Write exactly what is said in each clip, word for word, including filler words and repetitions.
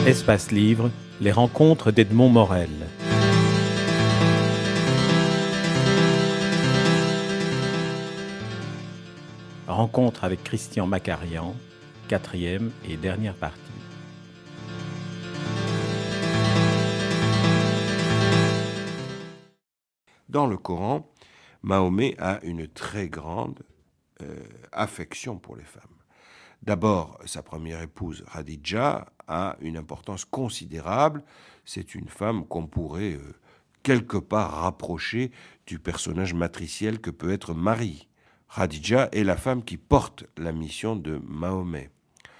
Espace Livre, les rencontres d'Edmond Morel. Rencontre avec Christian Macarian, quatrième et dernière partie. Dans le Coran, Mahomet a une très grande euh, affection pour les femmes. D'abord, sa première épouse, Khadija, a une importance considérable. C'est une femme qu'on pourrait euh, quelque part rapprocher du personnage matriciel que peut être Marie. Khadija est la femme qui porte la mission de Mahomet.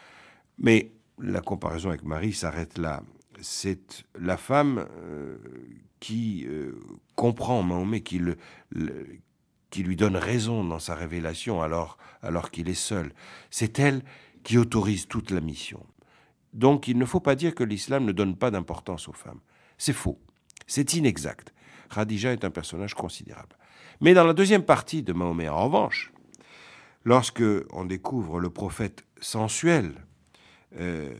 Mais la comparaison avec Marie s'arrête là. C'est la femme euh, qui euh, comprend Mahomet, qui, le, le, qui lui donne raison dans sa révélation alors, alors qu'il est seul. C'est elle qui autorise toute la mission. Donc il ne faut pas dire que l'islam ne donne pas d'importance aux femmes. C'est faux, c'est inexact. Khadija est un personnage considérable. Mais dans la deuxième partie de Mahomet, en revanche, lorsque on découvre le prophète sensuel, euh,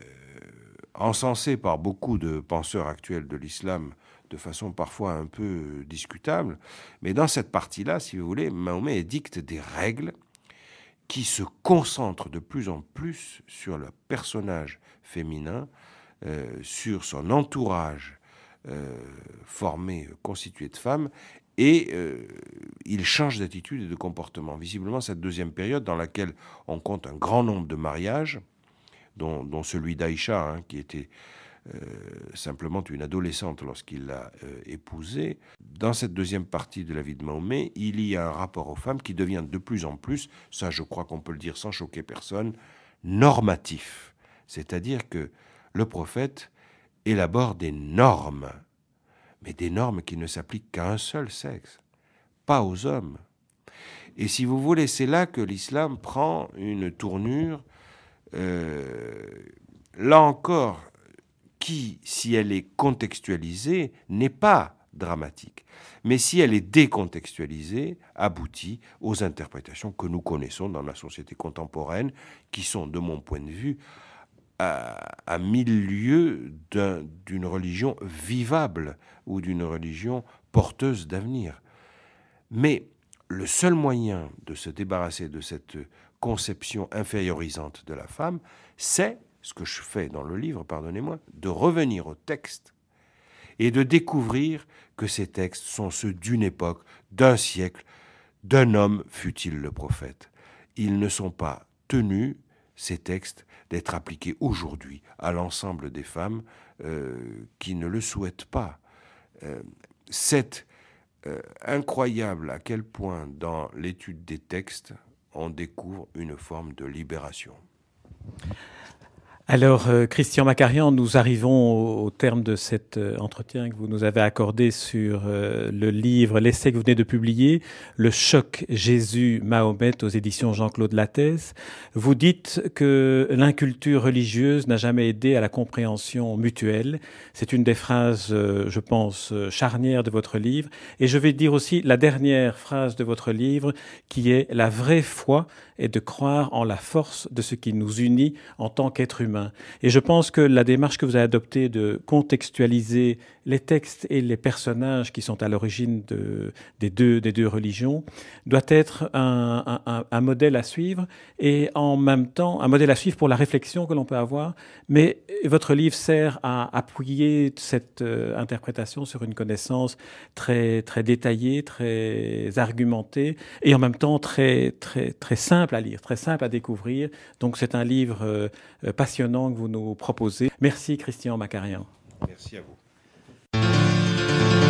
encensé par beaucoup de penseurs actuels de l'islam de façon parfois un peu discutable, mais dans cette partie-là, si vous voulez, Mahomet édicte des règles qui se concentrent de plus en plus sur le personnage féminin, euh, sur son entourage euh, formé, constitué de femmes, et euh, il change d'attitude et de comportement. Visiblement, cette deuxième période dans laquelle on compte un grand nombre de mariages, dont, dont celui d'Aïcha, hein, qui était euh, simplement une adolescente lorsqu'il l'a euh, épousée. Dans cette deuxième partie de la vie de Mahomet, il y a un rapport aux femmes qui devient de plus en plus, ça je crois qu'on peut le dire sans choquer personne, normatif. C'est-à-dire que le prophète élabore des normes, mais des normes qui ne s'appliquent qu'à un seul sexe, pas aux hommes. Et si vous voulez, c'est là que l'islam prend une tournure Euh, là encore, qui, si elle est contextualisée, n'est pas dramatique. Mais si elle est décontextualisée, aboutit aux interprétations que nous connaissons dans la société contemporaine, qui sont, de mon point de vue, à, à mille lieues d'un, d'une religion vivable ou d'une religion porteuse d'avenir. Mais le seul moyen de se débarrasser de cette conception infériorisante de la femme, c'est, ce que je fais dans le livre, pardonnez-moi, de revenir au texte et de découvrir que ces textes sont ceux d'une époque, d'un siècle, d'un homme, fût-il le prophète. Ils ne sont pas tenus, ces textes, d'être appliqués aujourd'hui à l'ensemble des femmes euh, qui ne le souhaitent pas. Euh, c'est euh, incroyable à quel point, dans l'étude des textes, on découvre une forme de libération. Alors, euh, Christian Macarian, nous arrivons au, au terme de cet euh, entretien que vous nous avez accordé sur euh, le livre, l'essai que vous venez de publier, Le choc Jésus-Mahomet aux éditions Jean-Claude Lattès. Vous dites que l'inculture religieuse n'a jamais aidé à la compréhension mutuelle. C'est une des phrases, euh, je pense, charnières de votre livre. Et je vais dire aussi la dernière phrase de votre livre, qui est « La vraie foi est de croire en la force de ce qui nous unit en tant qu'être humain ». Et je pense que la démarche que vous avez adoptée de contextualiser les textes et les personnages qui sont à l'origine de, des, deux, des deux religions doit être un, un, un modèle à suivre et en même temps un modèle à suivre pour la réflexion que l'on peut avoir. Mais votre livre sert à appuyer cette euh, interprétation sur une connaissance très, très détaillée, très argumentée et en même temps très, très, très simple à lire, très simple à découvrir. Donc c'est un livre euh, passionnant que vous nous proposez. Merci Christian Macarian. Merci à vous.